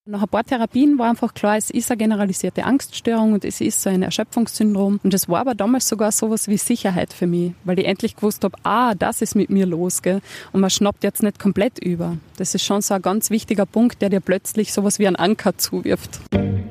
Nach ein paar Therapien war einfach klar, es ist eine generalisierte Angststörung und es ist so ein Erschöpfungssyndrom. Und es war aber damals sogar sowas wie Sicherheit für mich, weil ich endlich gewusst habe, das ist mit mir los, gell? Und man schnappt jetzt nicht komplett über. Das ist schon so ein ganz wichtiger Punkt, der dir plötzlich sowas wie einen Anker zuwirft.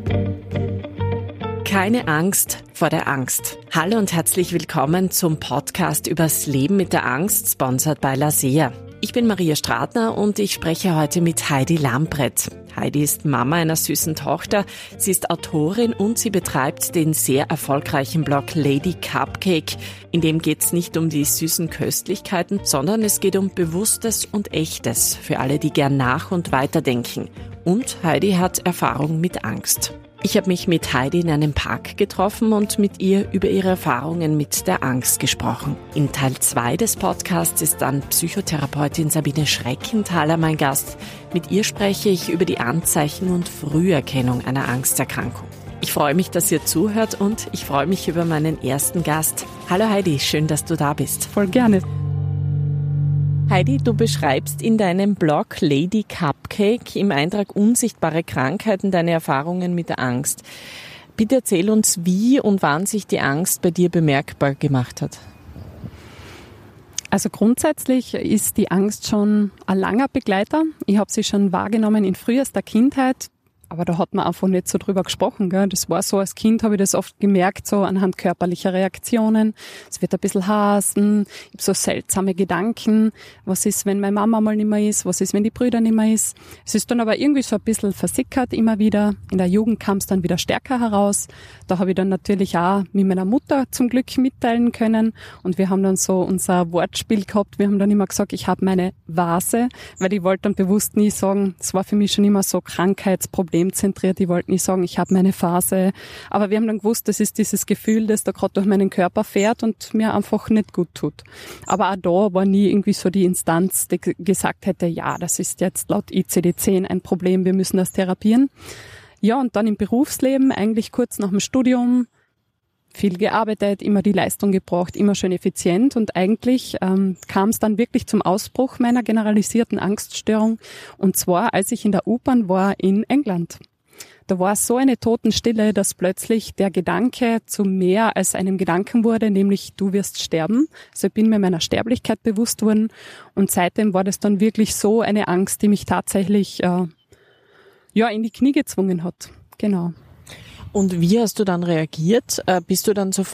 Keine Angst vor der Angst. Hallo und herzlich willkommen zum Podcast übers Leben mit der Angst, sponsored by Lasea. Ich bin Maria Stratner und ich spreche heute mit Heidi Lamprecht. Heidi ist Mama einer süßen Tochter. Sie ist Autorin und sie betreibt den sehr erfolgreichen Blog Lady Cupcake. In dem geht es nicht um die süßen Köstlichkeiten, sondern es geht um Bewusstes und Echtes für alle, die gern nach- und weiterdenken. Und Heidi hat Erfahrung mit Angst. Ich habe mich mit Heidi in einem Park getroffen und mit ihr über ihre Erfahrungen mit der Angst gesprochen. In Teil 2 des Podcasts ist dann Psychotherapeutin Sabine Schreckenthaler mein Gast. Mit ihr spreche ich über die Anzeichen und Früherkennung einer Angsterkrankung. Ich freue mich, dass ihr zuhört und ich freue mich über meinen ersten Gast. Hallo Heidi, schön, dass du da bist. Voll gerne. Heidi, du beschreibst in deinem Blog Lady Cupcake im Eintrag Unsichtbare Krankheiten deine Erfahrungen mit der Angst. Bitte erzähl uns, wie und wann sich die Angst bei dir bemerkbar gemacht hat. Also grundsätzlich ist die Angst schon ein langer Begleiter. Ich habe sie schon wahrgenommen in frühester Kindheit. Aber da hat man einfach nicht so drüber gesprochen, gell. Das war so, als Kind habe ich das oft gemerkt, so anhand körperlicher Reaktionen. Es wird ein bisschen hasen, ich habe so seltsame Gedanken. Was ist, wenn meine Mama mal nicht mehr ist? Was ist, wenn die Brüder nicht mehr ist? Es ist dann aber irgendwie so ein bisschen versickert immer wieder. In der Jugend kam es dann wieder stärker heraus. Da habe ich dann natürlich auch mit meiner Mutter zum Glück mitteilen können. Und wir haben dann so unser Wortspiel gehabt. Wir haben dann immer gesagt, ich habe meine Vase, weil ich wollte dann bewusst nie sagen, es war für mich schon immer so Krankheitsproblem zentriert. Ich wollte nicht sagen, ich habe meine Phase. Aber wir haben dann gewusst, das ist dieses Gefühl, das da gerade durch meinen Körper fährt und mir einfach nicht gut tut. Aber auch da war nie irgendwie so die Instanz, die gesagt hätte, ja, das ist jetzt laut ICD-10 ein Problem, wir müssen das therapieren. Ja, und dann im Berufsleben, eigentlich kurz nach dem Studium, viel gearbeitet, immer die Leistung gebracht, immer schön effizient und eigentlich kam es dann wirklich zum Ausbruch meiner generalisierten Angststörung und zwar, als ich in der U-Bahn war in England. Da war so eine Totenstille, dass plötzlich der Gedanke zu mehr als einem Gedanken wurde, nämlich du wirst sterben. Also ich bin mir meiner Sterblichkeit bewusst worden und seitdem war das dann wirklich so eine Angst, die mich tatsächlich in die Knie gezwungen hat. Genau. Und wie hast du dann reagiert? Hast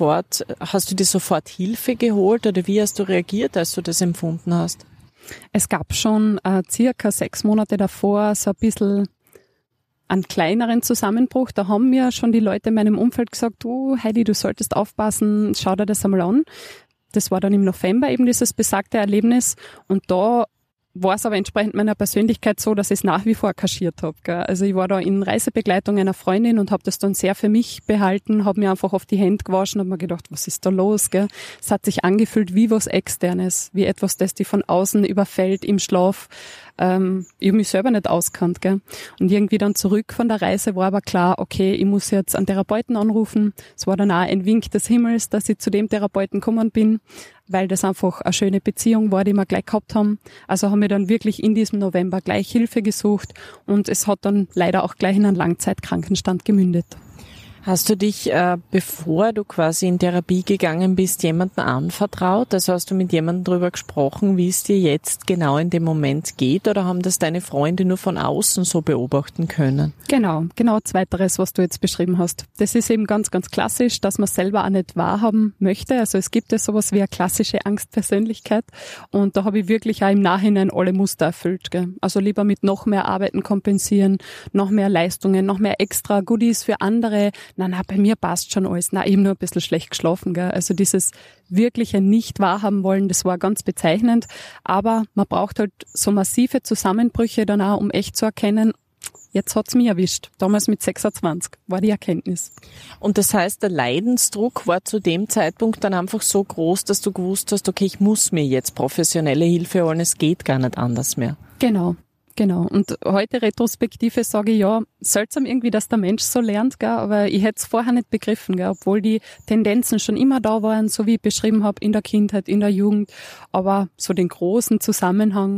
du dir sofort Hilfe geholt oder wie hast du reagiert, als du das empfunden hast? Es gab schon circa 6 Monate davor so ein bisschen einen kleineren Zusammenbruch. Da haben mir schon die Leute in meinem Umfeld gesagt, du Heidi, du solltest aufpassen, schau dir das einmal an. Das war dann im November eben dieses besagte Erlebnis und da war es aber entsprechend meiner Persönlichkeit so, dass ich es nach wie vor kaschiert habe. Gell? Also ich war da in Reisebegleitung einer Freundin und habe das dann sehr für mich behalten, habe mir einfach auf die Hände gewaschen und habe mir gedacht, was ist da los? Gell? Es hat sich angefühlt wie was Externes, wie etwas, das die von außen überfällt im Schlaf. Ich habe mich selber nicht auskannt. Gell? Und irgendwie dann zurück von der Reise war aber klar, okay, ich muss jetzt einen Therapeuten anrufen. Es war dann auch ein Wink des Himmels, dass ich zu dem Therapeuten gekommen bin, weil das einfach eine schöne Beziehung war, die wir gleich gehabt haben. Also haben wir dann wirklich in diesem November gleich Hilfe gesucht und es hat dann leider auch gleich in einen Langzeitkrankenstand gemündet. Hast du dich, bevor du quasi in Therapie gegangen bist, jemandem anvertraut? Also hast du mit jemandem darüber gesprochen, wie es dir jetzt genau in dem Moment geht? Oder haben das deine Freunde nur von außen so beobachten können? Genau zweiteres, was du jetzt beschrieben hast. Das ist eben ganz, ganz klassisch, dass man selber auch nicht wahrhaben möchte. Also es gibt ja sowas wie eine klassische Angstpersönlichkeit und da habe ich wirklich auch im Nachhinein alle Muster erfüllt. Gell? Also lieber mit noch mehr Arbeiten kompensieren, noch mehr Leistungen, noch mehr extra Goodies für andere. Na, bei mir passt schon alles. Na, eben nur ein bisschen schlecht geschlafen, gell. Also dieses wirkliche nicht wahrhaben wollen, das war ganz bezeichnend. Aber man braucht halt so massive Zusammenbrüche dann auch, um echt zu erkennen, jetzt hat's mich erwischt. Damals mit 26 war die Erkenntnis. Und das heißt, der Leidensdruck war zu dem Zeitpunkt dann einfach so groß, dass du gewusst hast, okay, ich muss mir jetzt professionelle Hilfe holen, es geht gar nicht anders mehr. Genau. Und heute retrospektive sage ich, ja, seltsam irgendwie, dass der Mensch so lernt, gell, aber ich hätte es vorher nicht begriffen, gell, obwohl die Tendenzen schon immer da waren, so wie ich beschrieben habe, in der Kindheit, in der Jugend, aber so den großen Zusammenhang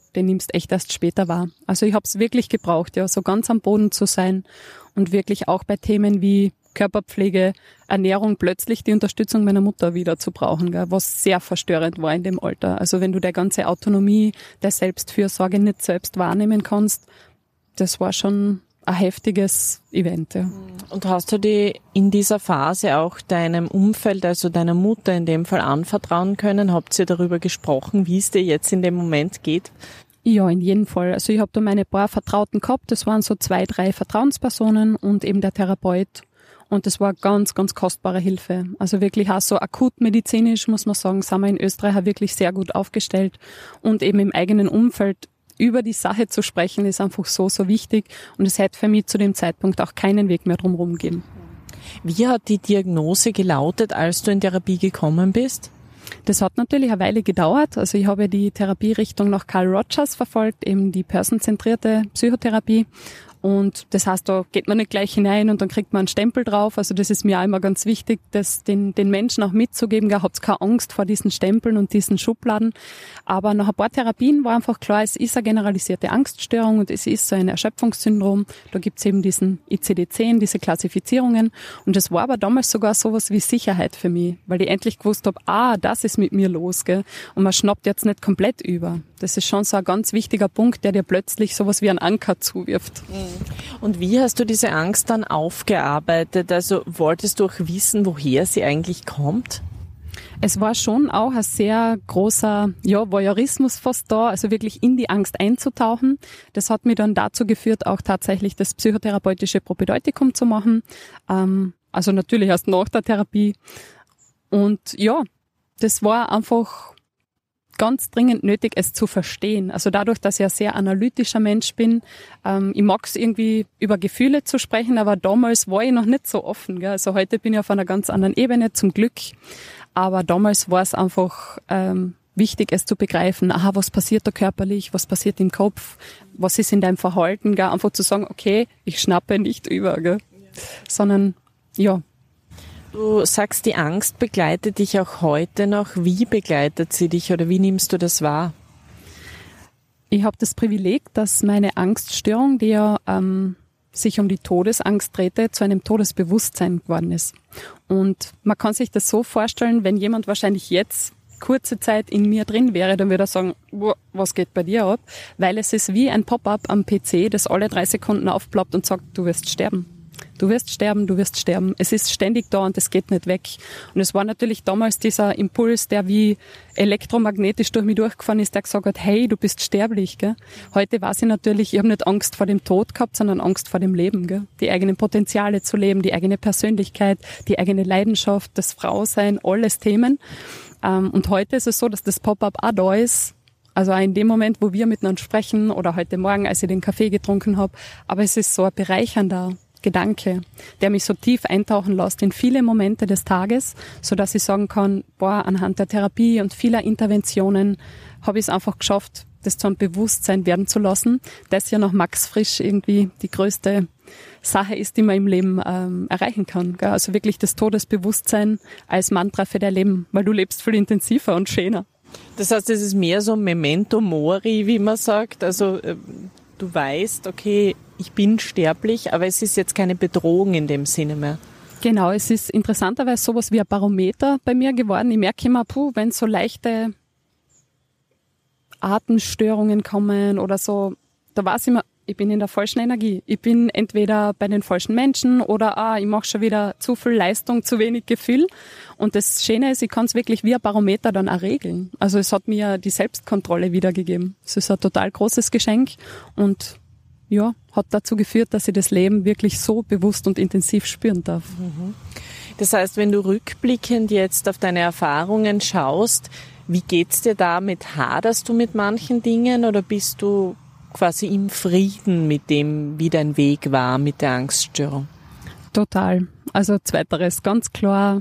den nimmst echt erst später wahr. Also ich habe es wirklich gebraucht, ja, so ganz am Boden zu sein und wirklich auch bei Themen wie Körperpflege, Ernährung plötzlich die Unterstützung meiner Mutter wieder zu brauchen, gell, was sehr verstörend war in dem Alter. Also wenn du deine ganze Autonomie, der Selbstfürsorge nicht selbst wahrnehmen kannst, das war schon ein heftiges Event. Ja. Und hast du die in dieser Phase auch deinem Umfeld, also deiner Mutter in dem Fall, anvertrauen können? Habt ihr darüber gesprochen, wie es dir jetzt in dem Moment geht? Ja, in jedem Fall. Also ich habe da meine paar Vertrauten gehabt, das waren so 2, 3 Vertrauenspersonen und eben der Therapeut. Und das war ganz, ganz kostbare Hilfe. Also wirklich auch so akutmedizinisch, muss man sagen, sind wir in Österreich auch wirklich sehr gut aufgestellt. Und eben im eigenen Umfeld über die Sache zu sprechen, ist einfach so, so wichtig. Und es hätte für mich zu dem Zeitpunkt auch keinen Weg mehr drumherum gegeben. Wie hat die Diagnose gelautet, als du in Therapie gekommen bist? Das hat natürlich eine Weile gedauert. Also ich habe die Therapierichtung nach Carl Rogers verfolgt, eben die personenzentrierte Psychotherapie. Und das heißt, da geht man nicht gleich hinein und dann kriegt man einen Stempel drauf. Also das ist mir auch immer ganz wichtig, das den Menschen auch mitzugeben. Habt keine Angst vor diesen Stempeln und diesen Schubladen. Aber nach ein paar Therapien war einfach klar, es ist eine generalisierte Angststörung und es ist so ein Erschöpfungssyndrom. Da gibt's eben diesen ICD-10, diese Klassifizierungen. Und das war aber damals sogar sowas wie Sicherheit für mich, weil ich endlich gewusst habe, das ist mit mir los. Gell? Und man schnappt jetzt nicht komplett über. Das ist schon so ein ganz wichtiger Punkt, der dir plötzlich sowas wie einen Anker zuwirft. Und wie hast du diese Angst dann aufgearbeitet? Also wolltest du auch wissen, woher sie eigentlich kommt? Es war schon auch ein sehr großer Voyeurismus fast da, also wirklich in die Angst einzutauchen. Das hat mich dann dazu geführt, auch tatsächlich das psychotherapeutische Propedeutikum zu machen. Also natürlich erst nach der Therapie. Und ja, das war einfach ganz dringend nötig, es zu verstehen. Also dadurch, dass ich ein sehr analytischer Mensch bin, ich mag es irgendwie über Gefühle zu sprechen, aber damals war ich noch nicht so offen. Gell? Also heute bin ich auf einer ganz anderen Ebene, zum Glück. Aber damals war es einfach wichtig, es zu begreifen. Was passiert da körperlich, was passiert im Kopf, was ist in deinem Verhalten. Gell? Einfach zu sagen, okay, ich schnappe nicht über, gell? Sondern ja. Du sagst, die Angst begleitet dich auch heute noch. Wie begleitet sie dich oder wie nimmst du das wahr? Ich habe das Privileg, dass meine Angststörung, die ja sich um die Todesangst drehte, zu einem Todesbewusstsein geworden ist. Und man kann sich das so vorstellen, wenn jemand wahrscheinlich jetzt kurze Zeit in mir drin wäre, dann würde er sagen, was geht bei dir ab? Weil es ist wie ein Pop-up am PC, das alle 3 Sekunden aufploppt und sagt, du wirst sterben. Du wirst sterben, du wirst sterben. Es ist ständig da und es geht nicht weg. Und es war natürlich damals dieser Impuls, der wie elektromagnetisch durch mich durchgefahren ist, der gesagt hat, hey, du bist sterblich. Gell? Heute weiß ich natürlich, ich habe nicht Angst vor dem Tod gehabt, sondern Angst vor dem Leben. Gell? Die eigenen Potenziale zu leben, die eigene Persönlichkeit, die eigene Leidenschaft, das Frausein, alles Themen. Und heute ist es so, dass das Pop-up auch da ist. Also auch in dem Moment, wo wir miteinander sprechen oder heute Morgen, als ich den Kaffee getrunken habe. Aber es ist so ein bereichernder Gedanke, der mich so tief eintauchen lässt in viele Momente des Tages, so dass ich sagen kann, anhand der Therapie und vieler Interventionen habe ich es einfach geschafft, das zu einem Bewusstsein werden zu lassen, das ja nach Max Frisch irgendwie die größte Sache ist, die man im Leben erreichen kann. Gell? Also wirklich das Todesbewusstsein als Mantra für dein Leben, weil du lebst viel intensiver und schöner. Das heißt, es ist mehr so Memento Mori, wie man sagt, also du weißt, okay, ich bin sterblich, aber es ist jetzt keine Bedrohung in dem Sinne mehr. Genau, es ist interessanterweise sowas wie ein Barometer bei mir geworden. Ich merke immer, wenn so leichte Atemstörungen kommen oder so, da weiß ich immer, ich bin in der falschen Energie. Ich bin entweder bei den falschen Menschen oder ich mache schon wieder zu viel Leistung, zu wenig Gefühl. Und das Schöne ist, ich kann es wirklich wie ein Barometer dann auch regeln. Also es hat mir die Selbstkontrolle wiedergegeben. Es ist ein total großes Geschenk und ja, hat dazu geführt, dass ich das Leben wirklich so bewusst und intensiv spüren darf. Das heißt, wenn du rückblickend jetzt auf deine Erfahrungen schaust, wie geht's dir damit? Haderst du mit manchen Dingen oder bist du quasi im Frieden mit dem, wie dein Weg war mit der Angststörung? Total. Also zweiteres, ganz klar.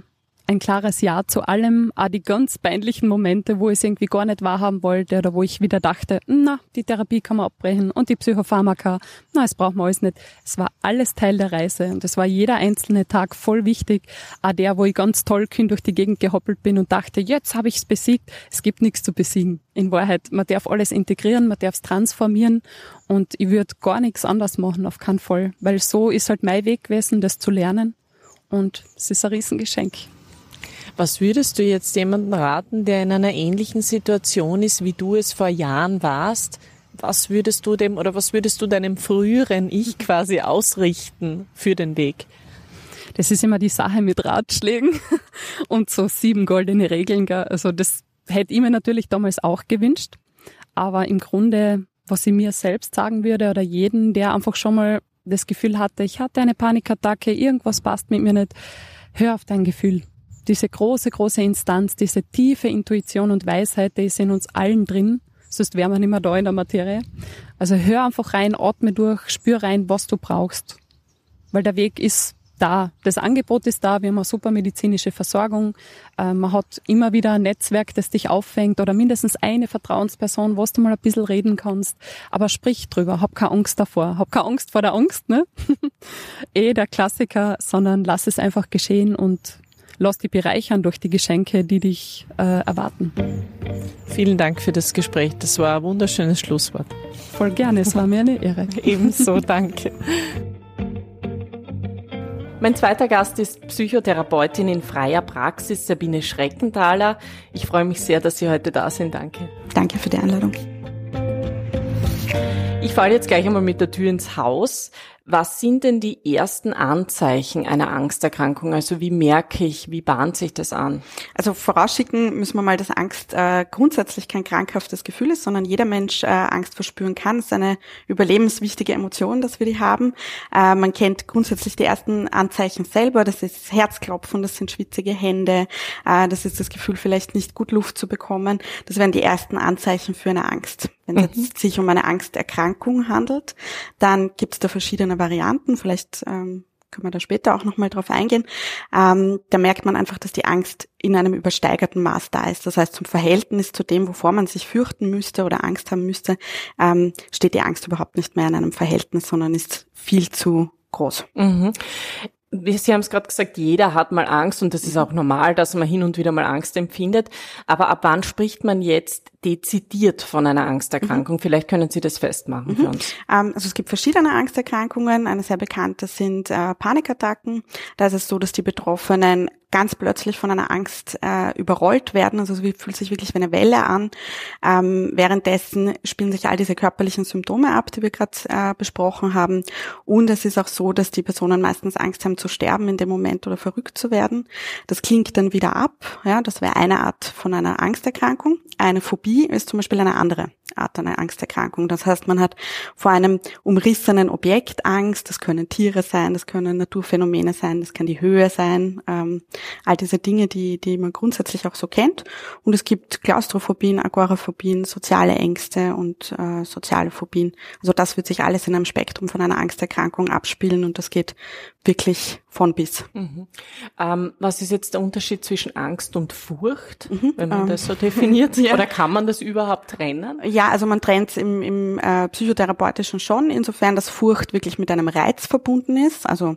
ein klares Ja zu allem, auch die ganz peinlichen Momente, wo ich es irgendwie gar nicht wahrhaben wollte oder wo ich wieder dachte, na, die Therapie kann man abbrechen und die Psychopharmaka, na, das braucht man alles nicht. Es war alles Teil der Reise und es war jeder einzelne Tag voll wichtig. Auch der, wo ich ganz tollkühn durch die Gegend gehoppelt bin und dachte, jetzt habe ich es besiegt. Es gibt nichts zu besiegen. In Wahrheit, man darf alles integrieren, man darf es transformieren und ich würde gar nichts anders machen, auf keinen Fall, weil so ist halt mein Weg gewesen, das zu lernen und es ist ein Riesengeschenk. Was würdest du jetzt jemandem raten, der in einer ähnlichen Situation ist, wie du es vor Jahren warst? Was würdest du deinem früheren Ich quasi ausrichten für den Weg? Das ist immer die Sache mit Ratschlägen und so 7 goldene Regeln. Also das hätte ich mir natürlich damals auch gewünscht. Aber im Grunde, was ich mir selbst sagen würde oder jeden, der einfach schon mal das Gefühl hatte, ich hatte eine Panikattacke, irgendwas passt mit mir nicht, hör auf dein Gefühl. Diese große, große Instanz, diese tiefe Intuition und Weisheit, die ist in uns allen drin, sonst wären wir nicht mehr da in der Materie. Also hör einfach rein, atme durch, spür rein, was du brauchst. Weil der Weg ist da. Das Angebot ist da, wir haben eine super medizinische Versorgung. Man hat immer wieder ein Netzwerk, das dich auffängt oder mindestens eine Vertrauensperson, wo du mal ein bisschen reden kannst. Aber sprich drüber, hab keine Angst davor. Hab keine Angst vor der Angst, ne? Der Klassiker, sondern lass es einfach geschehen und lass dich bereichern durch die Geschenke, die dich erwarten. Vielen Dank für das Gespräch. Das war ein wunderschönes Schlusswort. Voll gerne, es war mir eine Ehre. Ebenso, danke. Mein zweiter Gast ist Psychotherapeutin in freier Praxis, Sabine Schreckenthaler. Ich freue mich sehr, dass Sie heute da sind. Danke. Danke für die Einladung. Ich falle jetzt gleich einmal mit der Tür ins Haus. Was sind denn die ersten Anzeichen einer Angsterkrankung? Also wie merke ich, wie bahnt sich das an? Also vorausschicken müssen wir mal, dass Angst grundsätzlich kein krankhaftes Gefühl ist, sondern jeder Mensch Angst verspüren kann. Es ist eine überlebenswichtige Emotion, dass wir die haben. Man kennt grundsätzlich die ersten Anzeichen selber. Das ist Herzklopfen, das sind schwitzige Hände, das ist das Gefühl, vielleicht nicht gut Luft zu bekommen. Das wären die ersten Anzeichen für eine Angst. Wenn es sich um eine Angsterkrankung handelt, dann gibt es da verschiedene Varianten. Vielleicht können wir da später auch nochmal drauf eingehen. Da merkt man einfach, dass die Angst in einem übersteigerten Maß da ist. Das heißt, zum Verhältnis zu dem, wovor man sich fürchten müsste oder Angst haben müsste, steht die Angst überhaupt nicht mehr in einem Verhältnis, sondern ist viel zu groß. Mhm. Sie haben es gerade gesagt, jeder hat mal Angst und das ist auch normal, dass man hin und wieder mal Angst empfindet. Aber ab wann spricht man jetzt dezidiert von einer Angsterkrankung? Vielleicht können Sie das festmachen für uns. Also es gibt verschiedene Angsterkrankungen. Eine sehr bekannte sind Panikattacken. Da ist es so, dass die Betroffenen ganz plötzlich von einer Angst überrollt werden. Also es fühlt sich wirklich wie eine Welle an. Währenddessen spielen sich all diese körperlichen Symptome ab, die wir gerade besprochen haben. Und es ist auch so, dass die Personen meistens Angst haben zu sterben in dem Moment oder verrückt zu werden. Das klingt dann wieder ab. Ja, das wäre eine Art von einer Angsterkrankung. Eine Phobie ist zum Beispiel eine andere Art einer Angsterkrankung. Das heißt, man hat vor einem umrissenen Objekt Angst. Das können Tiere sein, das können Naturphänomene sein, das kann die Höhe sein. All diese Dinge, die man grundsätzlich auch so kennt. Und es gibt Klaustrophobien, Agoraphobien, soziale Ängste und soziale Phobien. Also das wird sich alles in einem Spektrum von einer Angsterkrankung abspielen und das geht wirklich von bis. Mhm. Was ist jetzt der Unterschied zwischen Angst und Furcht, wenn man das so definiert? Ja. Oder kann man das überhaupt trennen? Ja, also man trennt es im Psychotherapeutischen schon, insofern, dass Furcht wirklich mit einem Reiz verbunden ist. Also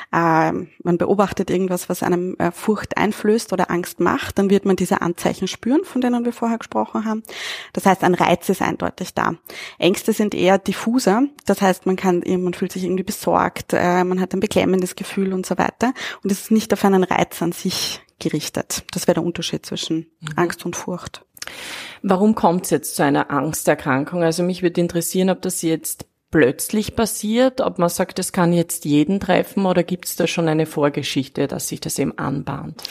man beobachtet irgendwas, was einem Furcht einflößt oder Angst macht, dann wird man diese Anzeichen spüren, von denen wir vorher gesprochen haben. Das heißt, ein Reiz ist eindeutig da. Ängste sind eher diffuser, das heißt, man fühlt sich irgendwie besorgt, man hat ein beklemmendes Gefühl und so weiter. Und es ist nicht auf einen Reiz an sich gerichtet. Das wäre der Unterschied zwischen Angst und Furcht. Warum kommt es jetzt zu einer Angsterkrankung? Also mich würde interessieren, ob das jetzt plötzlich passiert, ob man sagt, das kann jetzt jeden treffen oder gibt es da schon eine Vorgeschichte, dass sich das eben anbahnt?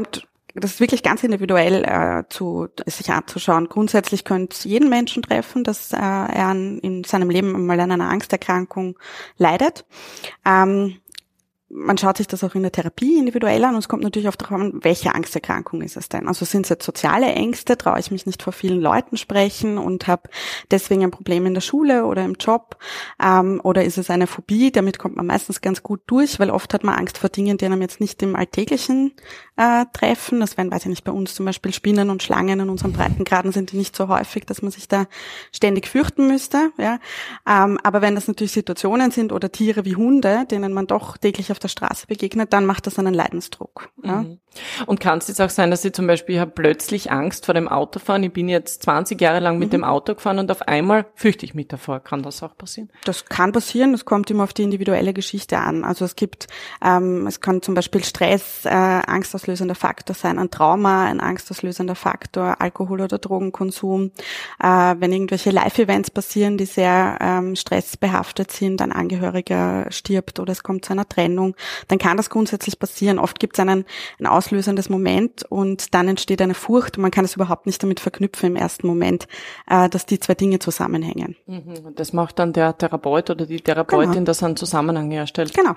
Das ist wirklich ganz individuell sich anzuschauen. Grundsätzlich könnte es jeden Menschen treffen, dass er in seinem Leben mal an einer Angsterkrankung leidet. man schaut sich das auch in der Therapie individuell an und es kommt natürlich auch darauf an, welche Angsterkrankung ist es denn? Also sind es jetzt soziale Ängste, traue ich mich nicht vor vielen Leuten sprechen und habe deswegen ein Problem in der Schule oder im Job, oder ist es eine Phobie? Damit kommt man meistens ganz gut durch, weil oft hat man Angst vor Dingen, die einem jetzt nicht im Alltäglichen treffen. Das wären, weiß ich nicht, bei uns zum Beispiel Spinnen und Schlangen in unseren Breitengraden sind die nicht so häufig, dass man sich da ständig fürchten müsste. Ja, aber wenn das natürlich Situationen sind oder Tiere wie Hunde, denen man doch täglich auf der Straße begegnet, dann macht das einen Leidensdruck. Ja. Und kann es jetzt auch sein, dass ich zum Beispiel, ich habe plötzlich Angst vor dem Autofahren, ich bin jetzt 20 Jahre lang mit dem Auto gefahren und auf einmal fürchte ich mich davor. Kann das auch passieren? Das kann passieren, das kommt immer auf die individuelle Geschichte an. Also es kann zum Beispiel Stress, angstauslösender Faktor sein, ein Trauma, ein angstauslösender Faktor, Alkohol- oder Drogenkonsum. Wenn irgendwelche Live-Events passieren, die sehr stressbehaftet sind, ein Angehöriger stirbt oder es kommt zu einer Trennung, dann kann das grundsätzlich passieren. Oft gibt es ein auslösendes Moment und dann entsteht eine Furcht und man kann es überhaupt nicht damit verknüpfen im ersten Moment, dass die zwei Dinge zusammenhängen. Das macht dann der Therapeut oder die Therapeutin, genau, dass einen Zusammenhang herstellt. Genau.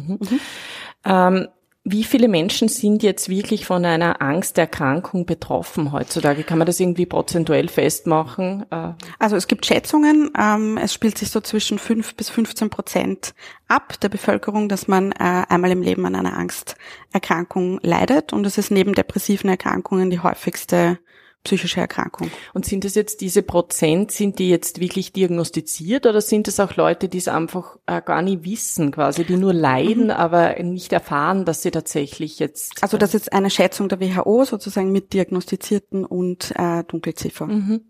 Wie viele Menschen sind jetzt wirklich von einer Angsterkrankung betroffen heutzutage? Kann man das irgendwie prozentuell festmachen? Also es gibt Schätzungen, es spielt sich so zwischen 5-15% ab der Bevölkerung, dass man einmal im Leben an einer Angsterkrankung leidet und es ist neben depressiven Erkrankungen die häufigste psychische Erkrankung. Und sind es jetzt diese Prozent, sind die jetzt wirklich diagnostiziert oder sind es auch Leute, die es einfach gar nicht wissen, quasi, die nur leiden, aber nicht erfahren, dass sie tatsächlich jetzt... Also das ist eine Schätzung der WHO sozusagen mit diagnostizierten und Dunkelziffer.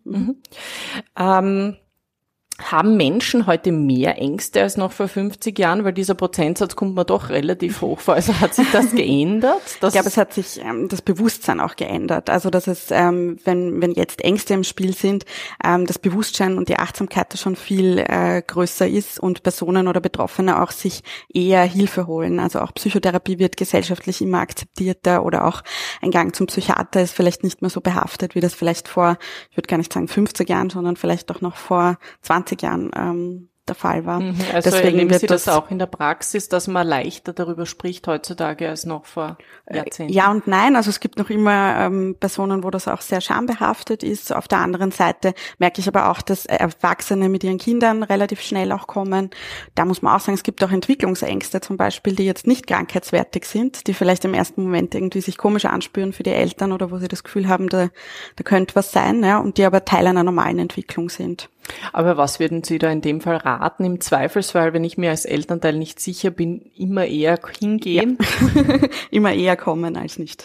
Haben Menschen heute mehr Ängste als noch vor 50 Jahren? Weil dieser Prozentsatz kommt mir doch relativ hoch vor. Also hat sich das geändert? Ich glaube, es hat sich das Bewusstsein auch geändert. Also dass es, wenn jetzt Ängste im Spiel sind, das Bewusstsein und die Achtsamkeit da schon viel größer ist und Personen oder Betroffene auch sich eher Hilfe holen. Also auch Psychotherapie wird gesellschaftlich immer akzeptierter oder auch ein Gang zum Psychiater ist vielleicht nicht mehr so behaftet, wie das vielleicht vor, ich würde gar nicht sagen 50 Jahren, sondern vielleicht auch noch vor 20 Jahren der Fall war. Also deswegen erleben Sie das auch in der Praxis, dass man leichter darüber spricht heutzutage als noch vor Jahrzehnten? Ja und nein. Also es gibt noch immer Personen, wo das auch sehr schambehaftet ist. Auf der anderen Seite merke ich aber auch, dass Erwachsene mit ihren Kindern relativ schnell auch kommen. Da muss man auch sagen, es gibt auch Entwicklungsängste zum Beispiel, die jetzt nicht krankheitswertig sind, die vielleicht im ersten Moment irgendwie sich komisch anspüren für die Eltern oder wo sie das Gefühl haben, da könnte was sein, ja, und die aber Teil einer normalen Entwicklung sind. Aber was würden Sie da in dem Fall raten? Im Zweifelsfall, wenn ich mir als Elternteil nicht sicher bin, immer eher hingehen? Ja. Immer eher kommen als nicht.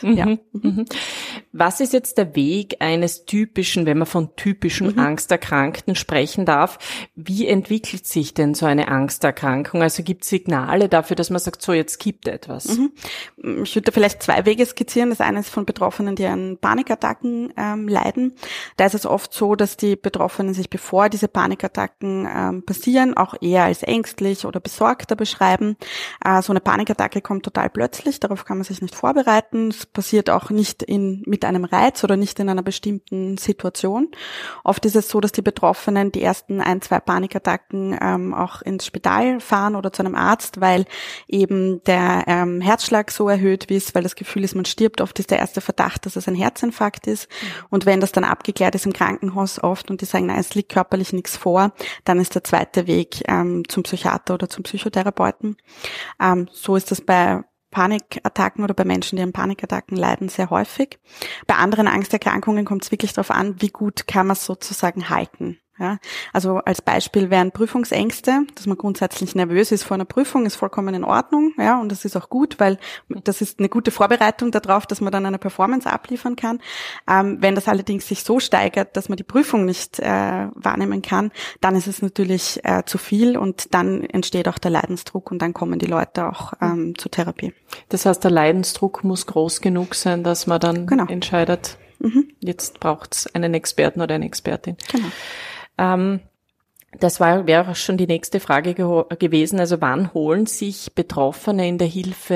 Was ist jetzt der Weg eines typischen, wenn man von typischen Angsterkrankten sprechen darf? Wie entwickelt sich denn so eine Angsterkrankung? Also gibt es Signale dafür, dass man sagt, so jetzt gibt etwas? Ich würde vielleicht zwei Wege skizzieren. Das eine ist von Betroffenen, die an Panikattacken leiden. Da ist es oft so, dass die Betroffenen sich, bevor diese Panikattacken passieren, auch eher als ängstlich oder besorgter beschreiben. So eine Panikattacke kommt total plötzlich, darauf kann man sich nicht vorbereiten. Es passiert auch nicht mit einem Reiz oder nicht in einer bestimmten Situation. Oft ist es so, dass die Betroffenen die ersten 1-2 Panikattacken auch ins Spital fahren oder zu einem Arzt, weil eben der Herzschlag so erhöht ist, weil das Gefühl ist, man stirbt. Oft ist der erste Verdacht, dass es ein Herzinfarkt ist. Und wenn das dann abgeklärt ist im Krankenhaus oft und die sagen, nein, es liegt körperlich nichts vor, dann ist der zweite Weg zum Psychiater oder zum Psychotherapeuten. So ist das bei Panikattacken oder bei Menschen, die an Panikattacken leiden, sehr häufig. Bei anderen Angsterkrankungen kommt es wirklich darauf an, wie gut kann man es sozusagen halten. Ja, also als Beispiel wären Prüfungsängste, dass man grundsätzlich nervös ist vor einer Prüfung, ist vollkommen in Ordnung, ja, und das ist auch gut, weil das ist eine gute Vorbereitung darauf, dass man dann eine Performance abliefern kann. Wenn das allerdings sich so steigert, dass man die Prüfung nicht wahrnehmen kann, dann ist es natürlich zu viel und dann entsteht auch der Leidensdruck und dann kommen die Leute auch zur Therapie. Das heißt, der Leidensdruck muss groß genug sein, dass man dann entscheidet, jetzt braucht's einen Experten oder eine Expertin. Genau. Das wäre auch schon die nächste Frage gewesen. Also wann holen sich Betroffene in der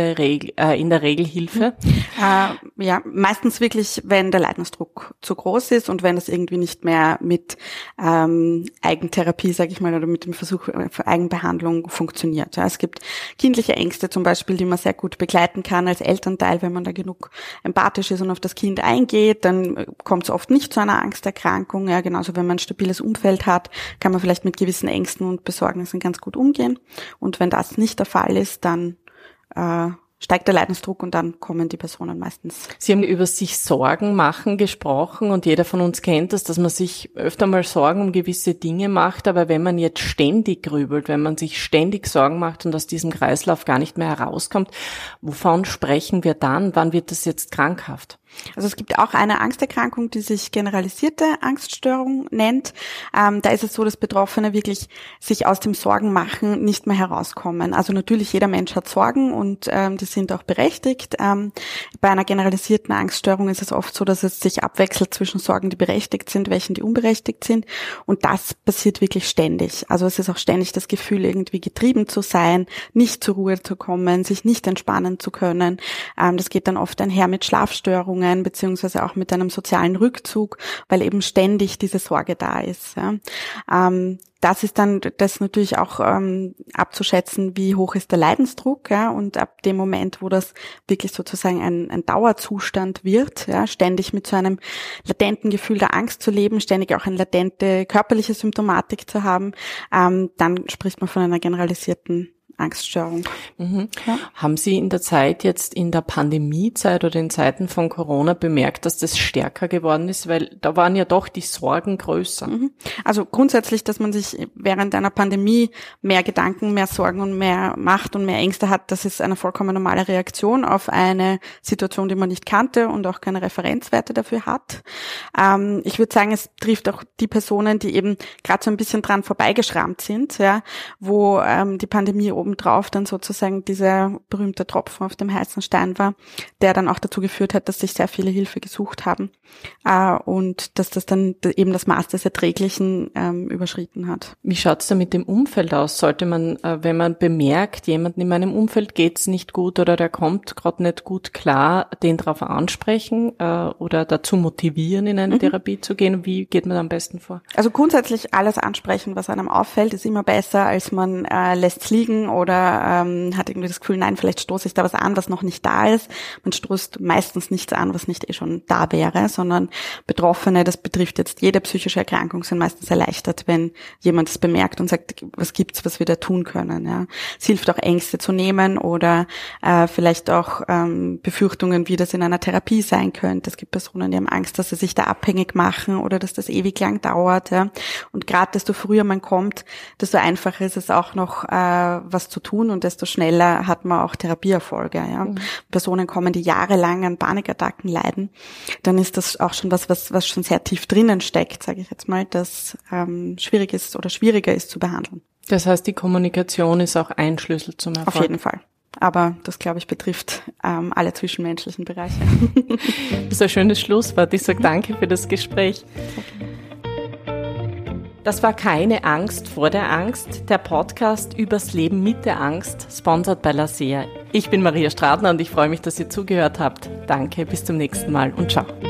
Regel Hilfe? Ja, meistens wirklich, wenn der Leidensdruck zu groß ist und wenn das irgendwie nicht mehr mit Eigentherapie, sage ich mal, oder mit dem Versuch für Eigenbehandlung funktioniert. Ja, es gibt kindliche Ängste zum Beispiel, die man sehr gut begleiten kann als Elternteil, wenn man da genug empathisch ist und auf das Kind eingeht, dann kommt es oft nicht zu einer Angsterkrankung. Ja, genauso wenn man ein stabiles Umfeld hat, kann man vielleicht mit gewissen Ängsten und Besorgnissen ganz gut umgehen. Und wenn das nicht der Fall ist, dann steigt der Leidensdruck und dann kommen die Personen meistens. Sie haben über sich Sorgen machen gesprochen und jeder von uns kennt das, dass man sich öfter mal Sorgen um gewisse Dinge macht, aber wenn man jetzt ständig grübelt, wenn man sich ständig Sorgen macht und aus diesem Kreislauf gar nicht mehr herauskommt, wovon sprechen wir dann? Wann wird das jetzt krankhaft? Also es gibt auch eine Angsterkrankung, die sich generalisierte Angststörung nennt. Da ist es so, dass Betroffene wirklich sich aus dem Sorgenmachen nicht mehr herauskommen. Also natürlich, jeder Mensch hat Sorgen und die sind auch berechtigt. Bei einer generalisierten Angststörung ist es oft so, dass es sich abwechselt zwischen Sorgen, die berechtigt sind, welchen, die unberechtigt sind. Und das passiert wirklich ständig. Also es ist auch ständig das Gefühl, irgendwie getrieben zu sein, nicht zur Ruhe zu kommen, sich nicht entspannen zu können. Das geht dann oft einher mit Schlafstörungen, beziehungsweise auch mit einem sozialen Rückzug, weil eben ständig diese Sorge da ist. Ja. Das ist dann das natürlich auch abzuschätzen, wie hoch ist der Leidensdruck, ja, und ab dem Moment, wo das wirklich sozusagen ein Dauerzustand wird, ja, ständig mit so einem latenten Gefühl der Angst zu leben, ständig auch eine latente körperliche Symptomatik zu haben, dann spricht man von einer generalisierten Angststörung. Mhm. Ja. Haben Sie in der Zeit jetzt in der Pandemiezeit oder in Zeiten von Corona bemerkt, dass das stärker geworden ist? Weil da waren ja doch die Sorgen größer. Mhm. Also grundsätzlich, dass man sich während einer Pandemie mehr Gedanken, mehr Sorgen und mehr Macht und mehr Ängste hat, das ist eine vollkommen normale Reaktion auf eine Situation, die man nicht kannte und auch keine Referenzwerte dafür hat. Ich würde sagen, es trifft auch die Personen, die eben gerade so ein bisschen dran vorbeigeschrammt sind, ja, wo die Pandemie obendrauf dann sozusagen dieser berühmte Tropfen auf dem heißen Stein war, der dann auch dazu geführt hat, dass sich sehr viele Hilfe gesucht haben und dass das dann eben das Maß des Erträglichen überschritten hat. Wie schaut's da mit dem Umfeld aus? Sollte man, wenn man bemerkt, jemanden in meinem Umfeld geht's nicht gut oder der kommt gerade nicht gut klar, den darauf ansprechen oder dazu motivieren, in eine Therapie zu gehen? Wie geht man da am besten vor? Also grundsätzlich alles ansprechen, was einem auffällt, ist immer besser, als man lässt's liegen oder hat irgendwie das Gefühl, nein, vielleicht stoße ich da was an, was noch nicht da ist. Man stoßt meistens nichts an, was nicht schon da wäre, sondern Betroffene, das betrifft jetzt jede psychische Erkrankung, sind meistens erleichtert, wenn jemand es bemerkt und sagt, was gibt's, was wir da tun können. Ja. Es hilft auch, Ängste zu nehmen oder vielleicht auch Befürchtungen, wie das in einer Therapie sein könnte. Es gibt Personen, die haben Angst, dass sie sich da abhängig machen oder dass das ewig lang dauert. Ja. Und gerade desto früher man kommt, desto einfacher ist es auch noch, was zu tun und desto schneller hat man auch Therapieerfolge. Ja. Personen kommen, die jahrelang an Panikattacken leiden, dann ist das auch schon was schon sehr tief drinnen steckt, sage ich jetzt mal, das schwierig ist oder schwieriger ist zu behandeln. Das heißt, die Kommunikation ist auch ein Schlüssel zum Erfolg? Auf jeden Fall. Aber das, glaube ich, betrifft alle zwischenmenschlichen Bereiche. Das ist ein schönes Schlusswort. Ich sage danke für das Gespräch. Das war keine Angst vor der Angst, der Podcast übers Leben mit der Angst, sponsored by LASEA. Ich bin Maria Stratner und ich freue mich, dass ihr zugehört habt. Danke, bis zum nächsten Mal und ciao.